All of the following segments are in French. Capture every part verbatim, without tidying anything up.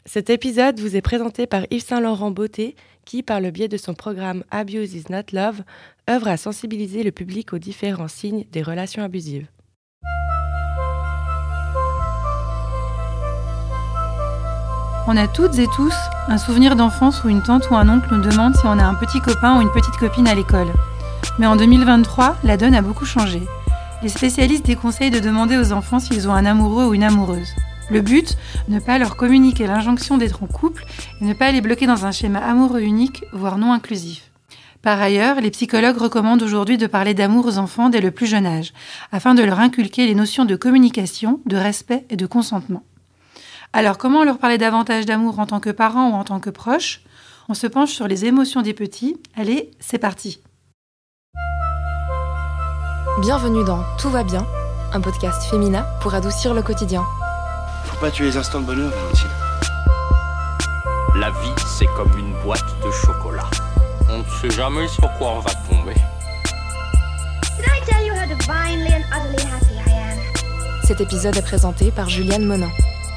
Cet épisode vous est présenté par Yves Saint-Laurent Beauté qui, par le biais de son programme Abuse is not love, œuvre à sensibiliser le public aux différents signes des relations abusives. On a toutes et tous un souvenir d'enfance où une tante ou un oncle nous demande si on a un petit copain ou une petite copine à l'école. Mais en deux mille vingt-trois, la donne a beaucoup changé. Les spécialistes déconseillent de demander aux enfants s'ils ont un amoureux ou une amoureuse. Le but, ne pas leur communiquer l'injonction d'être en couple et ne pas les bloquer dans un schéma amoureux unique, voire non inclusif. Par ailleurs, les psychologues recommandent aujourd'hui de parler d'amour aux enfants dès le plus jeune âge, afin de leur inculquer les notions de communication, de respect et de consentement. Alors, comment leur parler davantage d'amour en tant que parent ou en tant que proche ? On se penche sur les émotions des petits. Allez, c'est parti. Bienvenue dans Tout va bien, un podcast féminin pour adoucir le quotidien. Faut pas tuer les instants de bonheur, Valentine. La vie, c'est comme une boîte de chocolat. On ne sait jamais sur quoi on va tomber. Did I tell you how divinely and utterly happy I am? Cet épisode est présenté par Juliane Monin.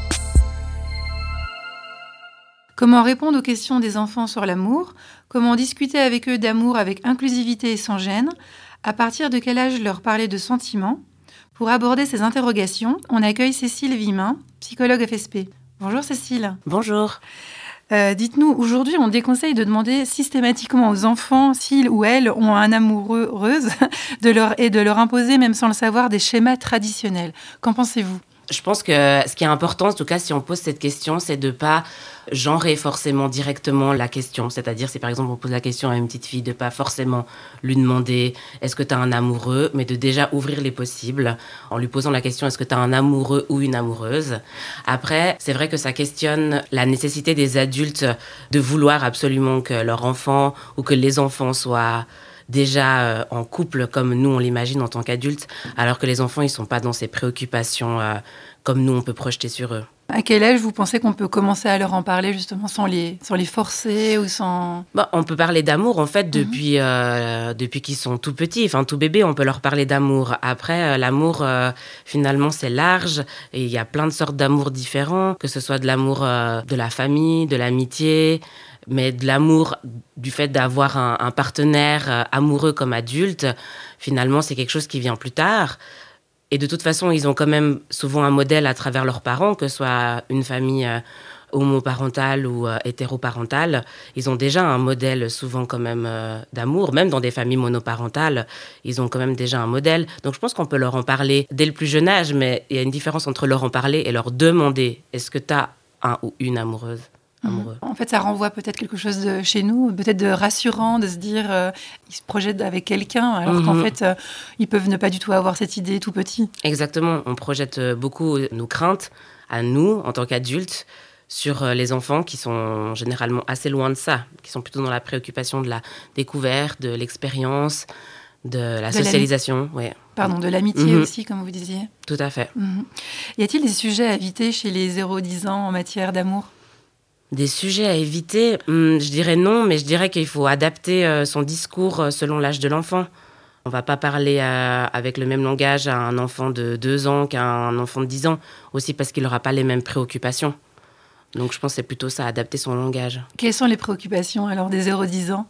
Comment répondre aux questions des enfants sur l'amour ? Comment discuter avec eux d'amour avec inclusivité et sans gêne ? À partir de quel âge leur parler de sentiments ? Pour aborder ces interrogations, on accueille Cécile Vimin, psychologue F S P. Bonjour Cécile. Bonjour. Euh, dites-nous, aujourd'hui, on déconseille de demander systématiquement aux enfants s'ils ou elles ont un amoureux, heureuse, de leur, et de leur imposer, même sans le savoir, des schémas traditionnels. Qu'en pensez-vous ? Je pense que ce qui est important, en tout cas, si on pose cette question, c'est de ne pas genrer forcément directement la question. C'est-à-dire, si par exemple on pose la question à une petite fille, de ne pas forcément lui demander « est-ce que tu as un amoureux ?», mais de déjà ouvrir les possibles en lui posant la question « est-ce que tu as un amoureux ou une amoureuse ?» Après, c'est vrai que ça questionne la nécessité des adultes de vouloir absolument que leur enfant ou que les enfants soient déjà euh, en couple comme nous on l'imagine en tant qu'adultes, alors que les enfants ils sont pas dans ces préoccupations euh, comme nous on peut projeter sur eux. À quel âge vous pensez qu'on peut commencer à leur en parler justement sans les, sans les forcer ou sans... Bon, on peut parler d'amour en fait depuis, mmh. euh, depuis qu'ils sont tout petits, enfin tout bébé on peut leur parler d'amour. Après euh, l'amour euh, finalement c'est large et il y a plein de sortes d'amour différents, que ce soit de l'amour euh, de la famille, de l'amitié, mais de l'amour du fait d'avoir un, un partenaire euh, amoureux comme adulte, finalement, c'est quelque chose qui vient plus tard. Et de toute façon, ils ont quand même souvent un modèle à travers leurs parents, que ce soit une famille euh, homoparentale ou euh, hétéroparentale. Ils ont déjà un modèle souvent quand même euh, d'amour. Même dans des familles monoparentales, ils ont quand même déjà un modèle. Donc je pense qu'on peut leur en parler dès le plus jeune âge, mais il y a une différence entre leur en parler et leur demander « est-ce que tu as un ou une amoureuse ?» Amoureux. En fait, ça renvoie peut-être quelque chose de chez nous, peut-être de rassurant, de se dire euh, ils se projettent avec quelqu'un, alors mmh. qu'en fait, euh, ils peuvent ne pas du tout avoir cette idée tout petit. Exactement. On projette beaucoup nos craintes à nous, en tant qu'adultes, sur les enfants qui sont généralement assez loin de ça, qui sont plutôt dans la préoccupation de la découverte, de l'expérience, de la de socialisation. Ouais. Pardon, de l'amitié mmh. aussi, comme vous disiez. Tout à fait. Mmh. Y a-t-il des sujets à éviter chez les zéro dix ans en matière d'amour ? Des sujets à éviter, hum, je dirais non, mais je dirais qu'il faut adapter euh, son discours euh, selon l'âge de l'enfant. On ne va pas parler euh, avec le même langage à un enfant de deux ans qu'à un enfant de dix ans, aussi parce qu'il n'aura pas les mêmes préoccupations. Donc je pense que c'est plutôt ça, adapter son langage. Quelles sont les préoccupations alors des zéro dix ans ?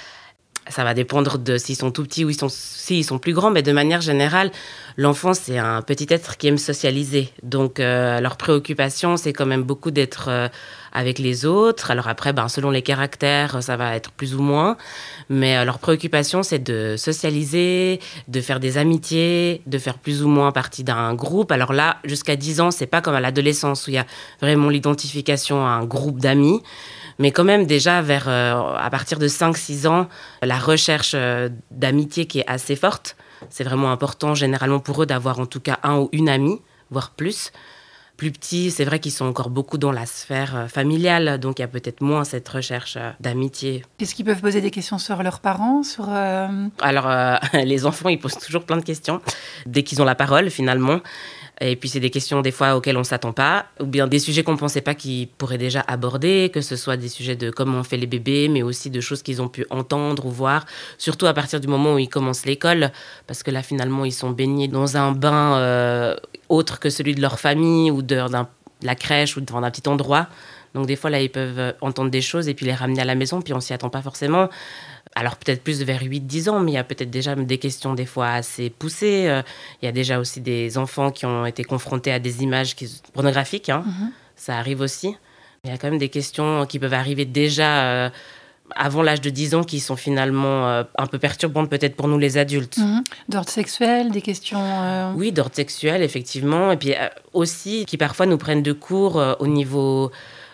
Ça va dépendre de s'ils sont tout petits ou ils sont, s'ils sont plus grands, mais de manière générale, l'enfant, c'est un petit être qui aime socialiser. Donc, euh, leur préoccupation, c'est quand même beaucoup d'être euh, avec les autres. Alors après, ben, selon les caractères, ça va être plus ou moins. Mais euh, leur préoccupation, c'est de socialiser, de faire des amitiés, de faire plus ou moins partie d'un groupe. Alors là, jusqu'à dix ans, c'est pas comme à l'adolescence où il y a vraiment l'identification à un groupe d'amis. Mais quand même, déjà, vers, euh, à partir de cinq six ans, la recherche euh, d'amitié qui est assez forte. C'est vraiment important, généralement, pour eux, d'avoir en tout cas un ou une amie, voire plus. Plus petits, c'est vrai qu'ils sont encore beaucoup dans la sphère euh, familiale, donc il y a peut-être moins cette recherche euh, d'amitié. Est-ce qu'ils peuvent poser des questions sur leurs parents sur, euh... Alors, euh, les enfants, ils posent toujours plein de questions, dès qu'ils ont la parole, finalement. Et puis, c'est des questions, des fois, auxquelles on ne s'attend pas, ou bien des sujets qu'on ne pensait pas qu'ils pourraient déjà aborder, que ce soit des sujets de comment on fait les bébés, mais aussi de choses qu'ils ont pu entendre ou voir, surtout à partir du moment où ils commencent l'école, parce que là, finalement, ils sont baignés dans un bain euh, autre que celui de leur famille ou de, d'un, de la crèche ou d'un petit endroit. Donc des fois, là, ils peuvent entendre des choses et puis les ramener à la maison, puis on s'y attend pas forcément. Alors peut-être plus vers huit dix ans, mais il y a peut-être déjà des questions des fois assez poussées. Euh, il y a déjà aussi des enfants qui ont été confrontés à des images qui... pornographiques, hein. Mm-hmm. Ça arrive aussi. Il y a quand même des questions qui peuvent arriver déjà euh, avant l'âge de dix ans qui sont finalement euh, un peu perturbantes peut-être pour nous les adultes. Mm-hmm. D'ordre sexuel, des questions... Euh... Oui, d'ordre sexuel, effectivement. Et puis euh, aussi qui parfois nous prennent de court euh, au niveau...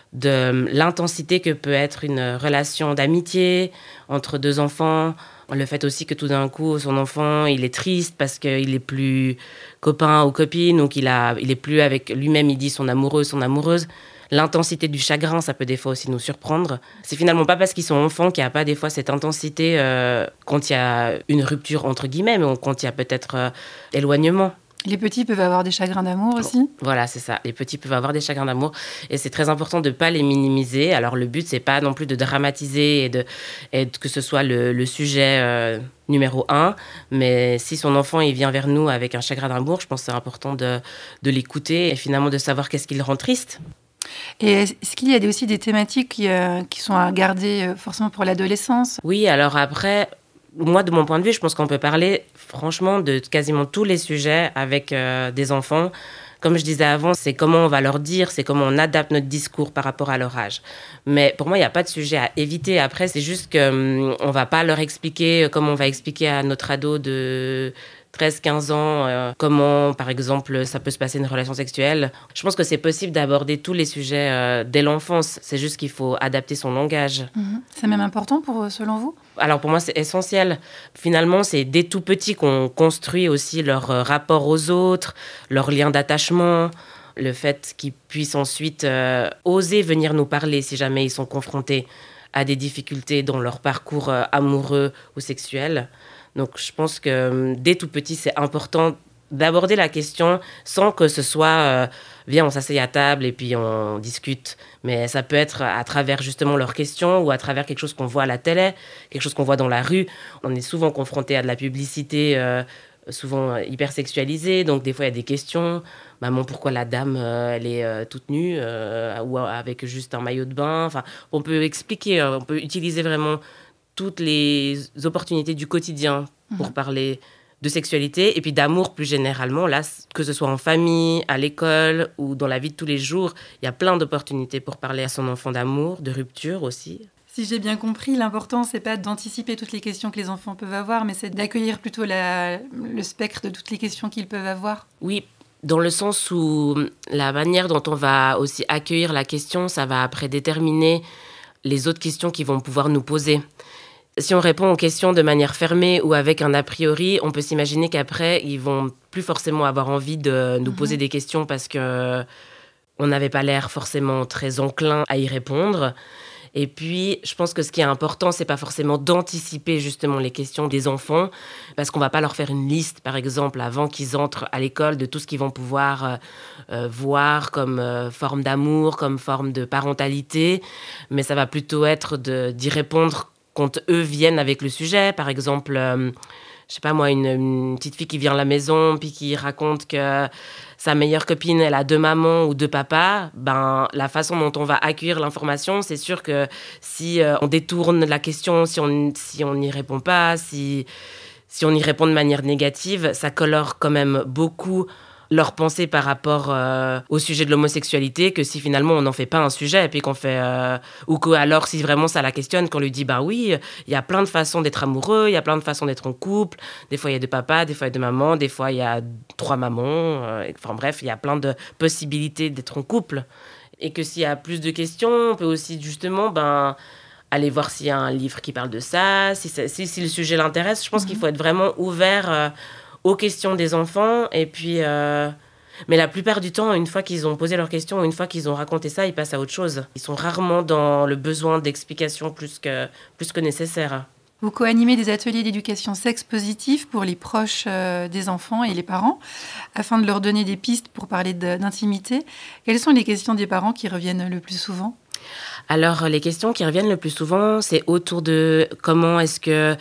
de l'intensité que peut être une relation d'amitié entre deux enfants, le fait aussi que tout d'un coup, son enfant, il est triste parce qu'il est plus copain ou copine, donc il, a, il est plus avec lui-même, il dit son amoureux, son amoureuse. L'intensité du chagrin, ça peut des fois aussi nous surprendre. C'est finalement pas parce qu'ils sont enfants qu'il n'y a pas des fois cette intensité euh, quand il y a une rupture, entre guillemets, mais quand il y a peut-être euh, éloignement. Les petits peuvent avoir des chagrins d'amour aussi. Voilà, c'est ça. Les petits peuvent avoir des chagrins d'amour et c'est très important de ne pas les minimiser. Alors, le but, c'est pas non plus de dramatiser et, de, et que ce soit le, le sujet euh, numéro un. Mais si son enfant il vient vers nous avec un chagrin d'amour, je pense que c'est important de, de l'écouter et finalement de savoir qu'est-ce qui le rend triste. Et est-ce qu'il y a aussi des thématiques qui, euh, qui sont à garder euh, forcément pour l'adolescence ? Oui, alors après... Moi, de mon point de vue, je pense qu'on peut parler franchement de quasiment tous les sujets avec euh, des enfants. Comme je disais avant, c'est comment on va leur dire, c'est comment on adapte notre discours par rapport à leur âge. Mais pour moi, il n'y a pas de sujet à éviter. Après, c'est juste qu'on hum, ne va pas leur expliquer comme on va expliquer à notre ado de treize quinze ans euh, comment, par exemple, ça peut se passer une relation sexuelle. Je pense que c'est possible d'aborder tous les sujets euh, dès l'enfance. C'est juste qu'il faut adapter son langage. Mmh. C'est même important, pour, selon vous ? Alors pour moi, c'est essentiel. Finalement, c'est dès tout petit qu'on construit aussi leur rapport aux autres, leur lien d'attachement, le fait qu'ils puissent ensuite euh, oser venir nous parler si jamais ils sont confrontés à des difficultés dans leur parcours euh, amoureux ou sexuel. Donc je pense que euh, dès tout petit, c'est important d'aborder la question sans que ce soit euh, « viens, on s'assied à table et puis on discute ». Mais ça peut être à travers justement leurs questions ou à travers quelque chose qu'on voit à la télé, quelque chose qu'on voit dans la rue. On est souvent confronté à de la publicité, euh, souvent hyper sexualisée. Donc des fois, il y a des questions. « Maman, pourquoi la dame, euh, elle est euh, toute nue euh, ou avec juste un maillot de bain ?» Enfin, on peut expliquer, on peut utiliser vraiment toutes les opportunités du quotidien pour mmh. parler de sexualité et puis d'amour plus généralement, là, que ce soit en famille, à l'école ou dans la vie de tous les jours, il y a plein d'opportunités pour parler à son enfant d'amour, de rupture aussi. Si j'ai bien compris, l'important, c'est pas d'anticiper toutes les questions que les enfants peuvent avoir, mais c'est d'accueillir plutôt la, le spectre de toutes les questions qu'ils peuvent avoir. Oui, dans le sens où la manière dont on va aussi accueillir la question, ça va après déterminer les autres questions qu'ils vont pouvoir nous poser. Si on répond aux questions de manière fermée ou avec un a priori, on peut s'imaginer qu'après, ils vont plus forcément avoir envie de nous poser mmh. des questions parce qu'on n'avait pas l'air forcément très enclin à y répondre. Et puis, je pense que ce qui est important, c'est pas forcément d'anticiper justement les questions des enfants parce qu'on va pas leur faire une liste, par exemple, avant qu'ils entrent à l'école de tout ce qu'ils vont pouvoir euh, euh, voir comme euh, forme d'amour, comme forme de parentalité. Mais ça va plutôt être de, d'y répondre quand eux viennent avec le sujet, par exemple, euh, je sais pas moi, une, une petite fille qui vient à la maison puis qui raconte que sa meilleure copine, elle a deux mamans ou deux papas, ben, la façon dont on va accueillir l'information, c'est sûr que si euh, on détourne la question, si on si on n'y répond pas, si, si on y répond de manière négative, ça colore quand même beaucoup leur pensée par rapport euh, au sujet de l'homosexualité que si finalement on n'en fait pas un sujet et puis qu'on fait euh, ou que alors si vraiment ça la questionne qu'on lui dit bah oui il y a plein de façons d'être amoureux, il y a plein de façons d'être en couple, des fois il y a deux papas, des fois il y a deux mamans, des fois il y a trois mamans, euh, enfin bref il y a plein de possibilités d'être en couple et que s'il y a plus de questions on peut aussi justement ben aller voir s'il y a un livre qui parle de ça, si, ça, si, si le sujet l'intéresse. Je pense mmh. qu'il faut être vraiment ouvert euh, aux questions des enfants. Et puis, euh... Mais la plupart du temps, une fois qu'ils ont posé leurs questions, une fois qu'ils ont raconté ça, ils passent à autre chose. Ils sont rarement dans le besoin d'explication plus que, plus que nécessaire. Vous co-animez des ateliers d'éducation sexe positive pour les proches euh, des enfants et les parents, afin de leur donner des pistes pour parler de, d'intimité. Quelles sont les questions des parents qui reviennent le plus souvent ? Alors, les questions qui reviennent le plus souvent, c'est autour de comment est-ce que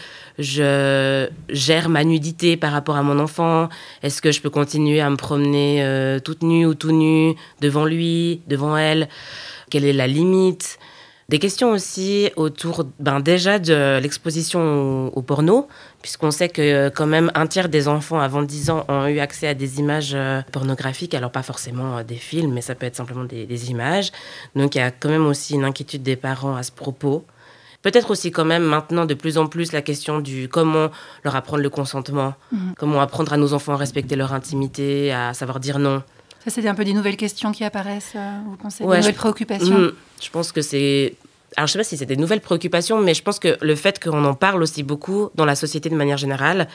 je gère ma nudité par rapport à mon enfant. Est-ce que je peux continuer à me promener euh, toute nue ou tout nu devant lui, devant elle ? Quelle est la limite? Des questions aussi autour ben, déjà de l'exposition au, au porno, puisqu'on sait que quand même un tiers des enfants avant dix ans ont eu accès à des images euh, pornographiques, alors pas forcément euh, des films, mais ça peut être simplement des, des images. Donc il y a quand même aussi une inquiétude des parents à ce propos. Peut-être aussi quand même maintenant de plus en plus la question du comment leur apprendre le consentement, mmh. comment apprendre à nos enfants à respecter leur intimité, à savoir dire non. Ça, c'est un peu des nouvelles questions qui apparaissent, euh, vous pensez, ouais, des nouvelles je, préoccupations mmh, Je pense que c'est... Alors, je ne sais pas si c'est des nouvelles préoccupations, mais je pense que le fait qu'on en parle aussi beaucoup dans la société de manière générale,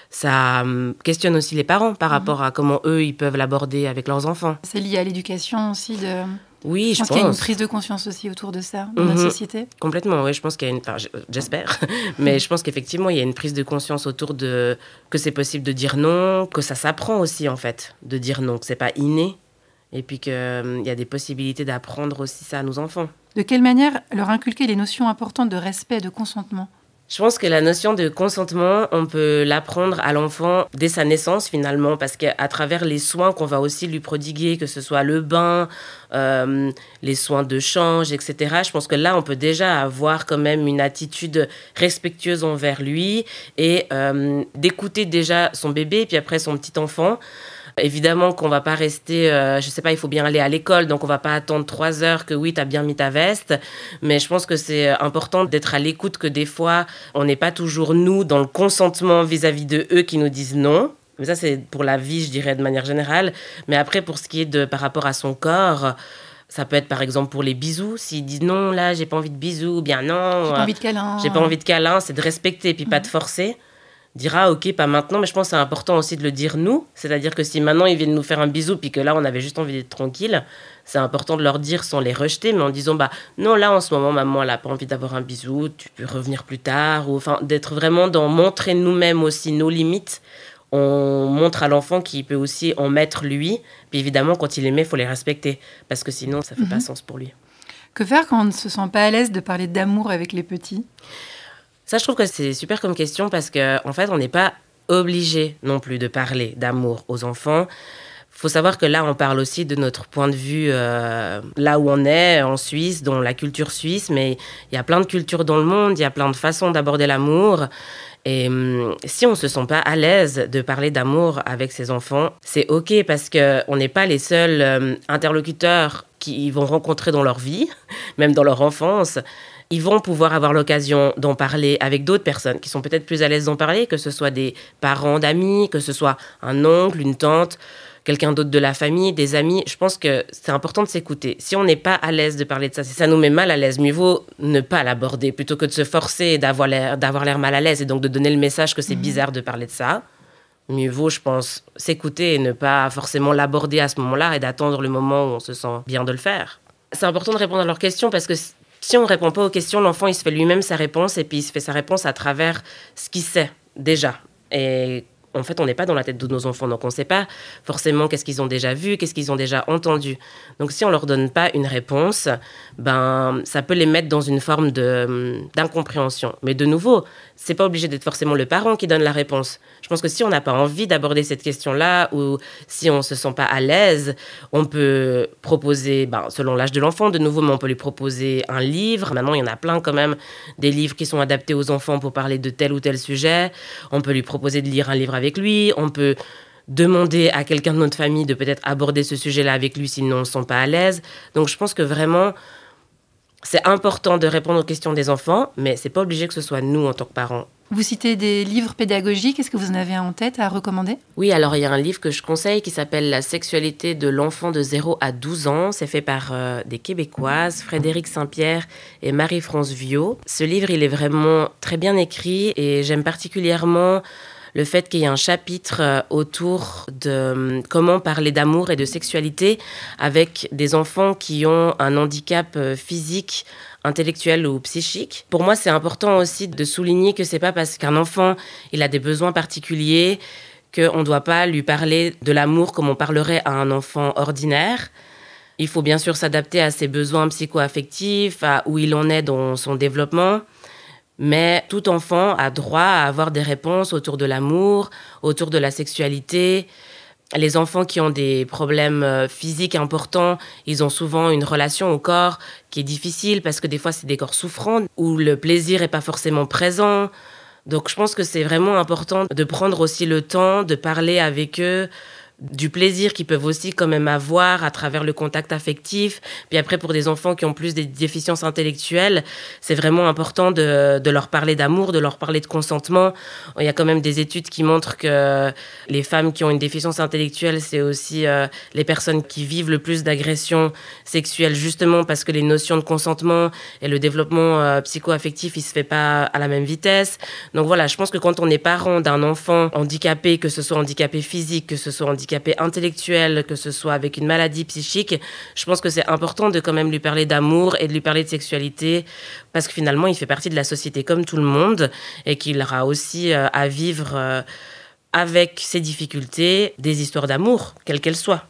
ça euh, questionne aussi les parents par mmh. rapport à comment eux, ils peuvent l'aborder avec leurs enfants. C'est lié à l'éducation aussi de... Oui, je pense, je pense qu'il y a une prise de conscience aussi autour de ça dans mmh. la société. Complètement, oui, je pense qu'il y a une... Enfin, j'espère, mais je pense qu'effectivement, il y a une prise de conscience autour de... que c'est possible de dire non, que ça s'apprend aussi, en fait, de dire non, que ce n'est pas inné. Et puis qu'il euh, y a des possibilités d'apprendre aussi ça à nos enfants. De quelle manière leur inculquer les notions importantes de respect et de consentement ? Je pense que la notion de consentement, on peut l'apprendre à l'enfant dès sa naissance finalement, parce qu'à travers les soins qu'on va aussi lui prodiguer, que ce soit le bain, euh, les soins de change, et cetera, je pense que là, on peut déjà avoir quand même une attitude respectueuse envers lui et euh, d'écouter déjà son bébé, puis après son petit enfant. Évidemment qu'on ne va pas rester, euh, je ne sais pas, il faut bien aller à l'école, donc on ne va pas attendre trois heures que oui, tu as bien mis ta veste. Mais je pense que c'est important d'être à l'écoute, que des fois, on n'est pas toujours nous dans le consentement vis-à-vis de eux qui nous disent non. Mais ça, c'est pour la vie, je dirais, de manière générale. Mais après, pour ce qui est de par rapport à son corps, ça peut être par exemple pour les bisous. S'ils disent non, là, j'ai pas envie de bisous, ou bien non. J'ai pas envie de câlin. J'ai pas envie de câlin, c'est de respecter, puis mmh. pas de forcer. Dira ok, pas maintenant, mais je pense que c'est important aussi de le dire nous. C'est-à-dire que si maintenant ils viennent nous faire un bisou, puis que là on avait juste envie d'être tranquille, c'est important de leur dire sans les rejeter, mais en disant bah non, là en ce moment maman elle n'a pas envie d'avoir un bisou, tu peux revenir plus tard, ou enfin d'être vraiment dans montrer nous-mêmes aussi nos limites. On montre à l'enfant qu'il peut aussi en mettre lui, puis évidemment quand il les met, il faut les respecter, parce que sinon ça fait mmh. pas sens pour lui. Que faire quand on ne se sent pas à l'aise de parler d'amour avec les petits ? Ça, je trouve que c'est super comme question parce qu'en en fait, on n'est pas obligé non plus de parler d'amour aux enfants. Il faut savoir que là, on parle aussi de notre point de vue, euh, là où on est, en Suisse, dans la culture suisse, mais il y a plein de cultures dans le monde, il y a plein de façons d'aborder l'amour. Et hum, si on ne se sent pas à l'aise de parler d'amour avec ses enfants, c'est OK parce qu'on n'est pas les seuls euh, interlocuteurs qu'ils vont rencontrer dans leur vie, même dans leur enfance. Ils vont pouvoir avoir l'occasion d'en parler avec d'autres personnes qui sont peut-être plus à l'aise d'en parler, que ce soit des parents d'amis, que ce soit un oncle, une tante, quelqu'un d'autre de la famille, des amis. Je pense que c'est important de s'écouter. Si on n'est pas à l'aise de parler de ça, si ça nous met mal à l'aise, mieux vaut ne pas l'aborder plutôt que de se forcer et d'avoir l'air, d'avoir l'air mal à l'aise et donc de donner le message que c'est mmh. bizarre de parler de ça. Mieux vaut, je pense, s'écouter et ne pas forcément l'aborder à ce moment-là et d'attendre le moment où on se sent bien de le faire. C'est important de répondre à leurs questions parce que si on ne répond pas aux questions, l'enfant, il se fait lui-même sa réponse et puis il se fait sa réponse à travers ce qu'il sait déjà. Et en fait, on n'est pas dans la tête de nos enfants, donc on ne sait pas forcément qu'est-ce qu'ils ont déjà vu, qu'est-ce qu'ils ont déjà entendu. Donc si on ne leur donne pas une réponse, ben, ça peut les mettre dans une forme de, d'incompréhension. Mais de nouveau, ce n'est pas obligé d'être forcément le parent qui donne la réponse. Je pense que si on n'a pas envie d'aborder cette question-là ou si on ne se sent pas à l'aise, on peut proposer, ben, selon l'âge de l'enfant, de nouveau, mais on peut lui proposer un livre. Maintenant, il y en a plein quand même, des livres qui sont adaptés aux enfants pour parler de tel ou tel sujet. On peut lui proposer de lire un livre avec lui. On peut demander à quelqu'un de notre famille de peut-être aborder ce sujet-là avec lui s'ils ne sont pas à l'aise. Donc, je pense que vraiment, c'est important de répondre aux questions des enfants, mais ce n'est pas obligé que ce soit nous en tant que parents. Vous citez des livres pédagogiques, est-ce que vous en avez en tête à recommander ? Oui, alors il y a un livre que je conseille qui s'appelle « La sexualité de l'enfant de zéro à douze ans ». C'est fait par euh, des Québécoises, Frédéric Saint-Pierre et Marie-France Viau. Ce livre, il est vraiment très bien écrit et j'aime particulièrement le fait qu'il y ait un chapitre autour de comment parler d'amour et de sexualité avec des enfants qui ont un handicap physique, intellectuel ou psychique. Pour moi, c'est important aussi de souligner que c'est pas parce qu'un enfant il a des besoins particuliers qu'on ne doit pas lui parler de l'amour comme on parlerait à un enfant ordinaire. Il faut bien sûr s'adapter à ses besoins psycho-affectifs, à où il en est dans son développement. Mais tout enfant a droit à avoir des réponses autour de l'amour, autour de la sexualité. Les enfants qui ont des problèmes physiques importants, ils ont souvent une relation au corps qui est difficile parce que des fois, c'est des corps souffrants où le plaisir n'est pas forcément présent. Donc, je pense que c'est vraiment important de prendre aussi le temps de parler avec eux du plaisir qu'ils peuvent aussi quand même avoir à travers le contact affectif. Puis après, pour des enfants qui ont plus des déficiences intellectuelles, c'est vraiment important de, de leur parler d'amour, de leur parler de consentement. Il y a quand même des études qui montrent que les femmes qui ont une déficience intellectuelle, c'est aussi euh, les personnes qui vivent le plus d'agressions sexuelles, justement parce que les notions de consentement et le développement euh, psycho-affectif, il ne se fait pas à la même vitesse. Donc voilà, je pense que quand on est parent d'un enfant handicapé, que ce soit handicapé physique, que ce soit handicapé intellectuel, que ce soit avec une maladie psychique, je pense que c'est important de quand même lui parler d'amour et de lui parler de sexualité parce que finalement, il fait partie de la société comme tout le monde et qu'il aura aussi euh, à vivre euh, avec ses difficultés des histoires d'amour, quelles qu'elles soient.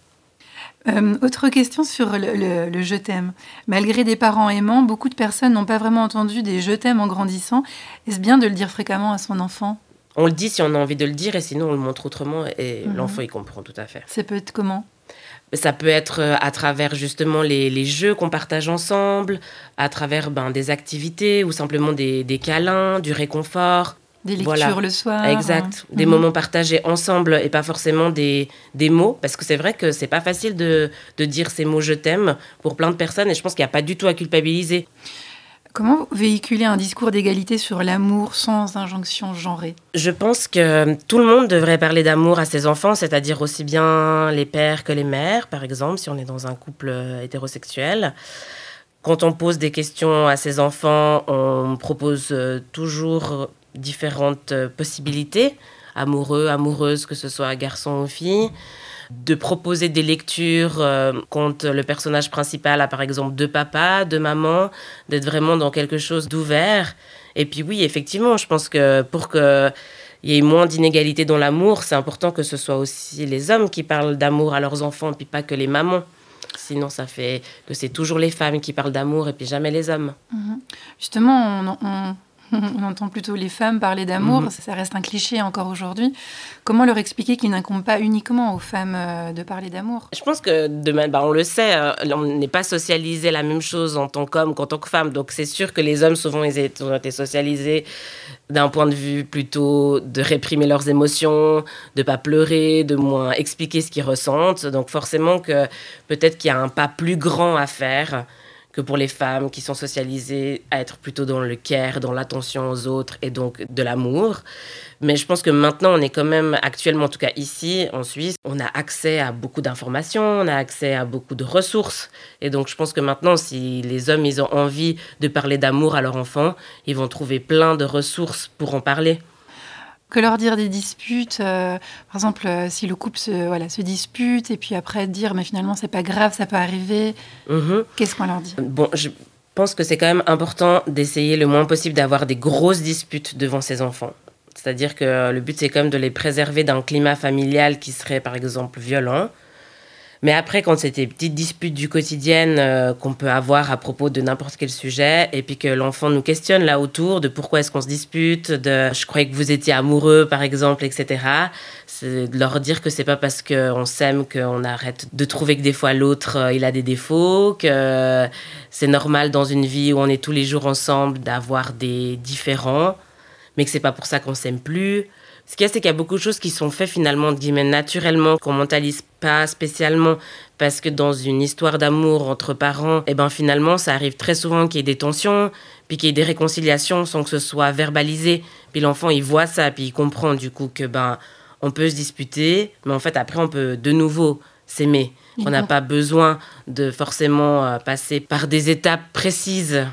Euh, autre question sur le, le, le « je t'aime ». Malgré des parents aimants, beaucoup de personnes n'ont pas vraiment entendu des « je t'aime » en grandissant. Est-ce bien de le dire fréquemment à son enfant ? On le dit si on a envie de le dire et sinon on le montre autrement et mmh. l'enfant il comprend tout à fait. Ça peut être comment ? Ça peut être à travers justement les, les jeux qu'on partage ensemble, à travers ben, des activités ou simplement des, des câlins, du réconfort. Des lectures voilà. Le soir. Exact. Hein. Des mmh. moments partagés ensemble et pas forcément des, des mots. Parce que c'est vrai que c'est pas facile de, de dire ces mots « je t'aime » pour plein de personnes et je pense qu'il n'y a pas du tout à culpabiliser. Comment véhiculer un discours d'égalité sur l'amour sans injonction genrée ? Je pense que tout le monde devrait parler d'amour à ses enfants, c'est-à-dire aussi bien les pères que les mères, par exemple, si on est dans un couple hétérosexuel. Quand on pose des questions à ses enfants, on propose toujours différentes possibilités, amoureux, amoureuses, que ce soit garçon ou fille. De proposer des lectures euh, quand le personnage principal a par exemple deux papas, deux mamans, d'être vraiment dans quelque chose d'ouvert. Et puis oui, effectivement, je pense que pour qu'il y ait moins d'inégalités dans l'amour, c'est important que ce soit aussi les hommes qui parlent d'amour à leurs enfants, puis pas que les mamans. Sinon, ça fait que c'est toujours les femmes qui parlent d'amour et puis jamais les hommes. Mmh. Justement, on... on... On entend plutôt les femmes parler d'amour, mmh. ça, ça reste un cliché encore aujourd'hui. Comment leur expliquer qu'il n'incombe pas uniquement aux femmes euh, de parler d'amour ? Je pense que, demain, bah, on le sait, euh, on n'est pas socialisé la même chose en tant qu'homme qu'en tant que femme. Donc c'est sûr que les hommes, souvent, ils ont été socialisés d'un point de vue plutôt de réprimer leurs émotions, de ne pas pleurer, de moins expliquer ce qu'ils ressentent. Donc forcément que peut-être qu'il y a un pas plus grand à faire que pour les femmes qui sont socialisées à être plutôt dans le care, dans l'attention aux autres et donc de l'amour. Mais je pense que maintenant, on est quand même, actuellement en tout cas ici, en Suisse, on a accès à beaucoup d'informations, on a accès à beaucoup de ressources. Et donc je pense que maintenant, si les hommes, ils ont envie de parler d'amour à leurs enfants, ils vont trouver plein de ressources pour en parler. Que leur dire des disputes, euh, par exemple, euh, si le couple se, voilà, se dispute et puis après dire mais finalement c'est pas grave, ça peut arriver, mmh. Qu'est-ce qu'on leur dit ? Bon, je pense que c'est quand même important d'essayer le moins possible d'avoir des grosses disputes devant ses enfants. C'est-à-dire que le but c'est quand même de les préserver d'un climat familial qui serait par exemple violent. Mais après, quand c'est des petites disputes du quotidien euh, qu'on peut avoir à propos de n'importe quel sujet, et puis que l'enfant nous questionne là autour de pourquoi est-ce qu'on se dispute, de « je croyais que vous étiez amoureux » par exemple, et cetera. C'est de leur dire que c'est pas parce qu'on s'aime qu'on arrête de trouver que des fois l'autre euh, il a des défauts, que c'est normal dans une vie où on est tous les jours ensemble d'avoir des différends, mais que c'est pas pour ça qu'on s'aime plus. Ce qu'il y a, c'est qu'il y a beaucoup de choses qui sont faites finalement, de guillemets, naturellement, qu'on ne mentalise pas spécialement, parce que dans une histoire d'amour entre parents, eh ben, finalement, ça arrive très souvent qu'il y ait des tensions, puis qu'il y ait des réconciliations sans que ce soit verbalisé. Puis l'enfant, il voit ça, puis il comprend du coup que ben, on peut se disputer, mais en fait, après, on peut de nouveau s'aimer. On n'a pas besoin de forcément euh, passer par des étapes précises.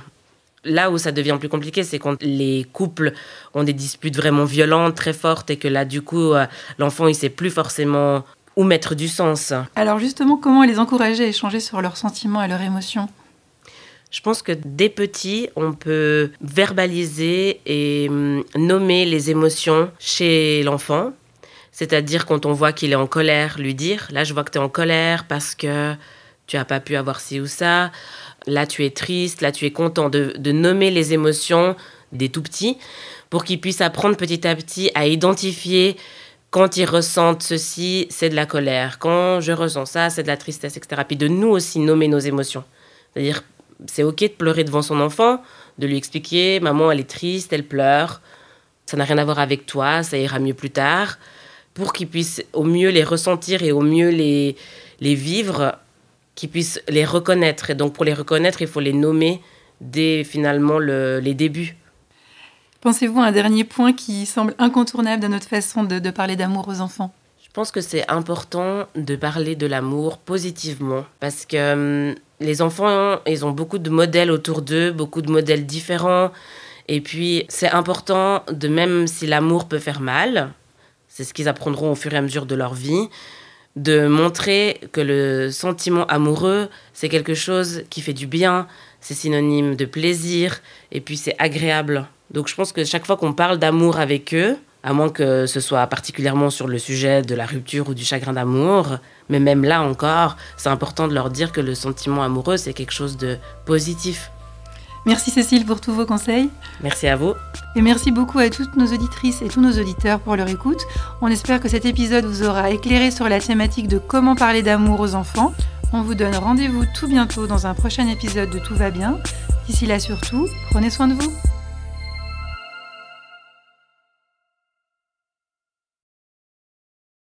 Là où ça devient plus compliqué, c'est quand les couples ont des disputes vraiment violentes, très fortes, et que là, du coup, euh, l'enfant, il ne sait plus forcément où mettre du sens. Alors justement, comment les encourager à échanger sur leurs sentiments et leurs émotions ? Je pense que dès petit, on peut verbaliser et hum, nommer les émotions chez l'enfant. C'est-à-dire quand on voit qu'il est en colère, lui dire « Là, je vois que tu es en colère parce que tu n'as pas pu avoir ci ou ça. Là, tu es triste, là, tu es content. » De, de nommer les émotions des tout-petits pour qu'ils puissent apprendre petit à petit à identifier quand ils ressentent ceci, c'est de la colère. Quand je ressens ça, c'est de la tristesse, et cetera. Puis de nous aussi nommer nos émotions. C'est-à-dire, c'est OK de pleurer devant son enfant, de lui expliquer, maman, elle est triste, elle pleure. Ça n'a rien à voir avec toi, ça ira mieux plus tard. Pour qu'ils puissent au mieux les ressentir et au mieux les, les vivre, qu'ils puissent les reconnaître. Et donc, pour les reconnaître, il faut les nommer dès finalement le, les débuts. Pensez-vous à un dernier point qui semble incontournable dans notre façon de, de parler d'amour aux enfants ? Je pense que c'est important de parler de l'amour positivement parce que hum, les enfants, ils ont beaucoup de modèles autour d'eux, beaucoup de modèles différents. Et puis, c'est important de, même si l'amour peut faire mal, c'est ce qu'ils apprendront au fur et à mesure de leur vie, de montrer que le sentiment amoureux, c'est quelque chose qui fait du bien, c'est synonyme de plaisir et puis c'est agréable. Donc je pense que chaque fois qu'on parle d'amour avec eux, à moins que ce soit particulièrement sur le sujet de la rupture ou du chagrin d'amour, mais même là encore, c'est important de leur dire que le sentiment amoureux, c'est quelque chose de positif. Merci Cécile pour tous vos conseils. Merci à vous. Et merci beaucoup à toutes nos auditrices et tous nos auditeurs pour leur écoute. On espère que cet épisode vous aura éclairé sur la thématique de comment parler d'amour aux enfants. On vous donne rendez-vous tout bientôt dans un prochain épisode de Tout va bien. D'ici là surtout, prenez soin de vous.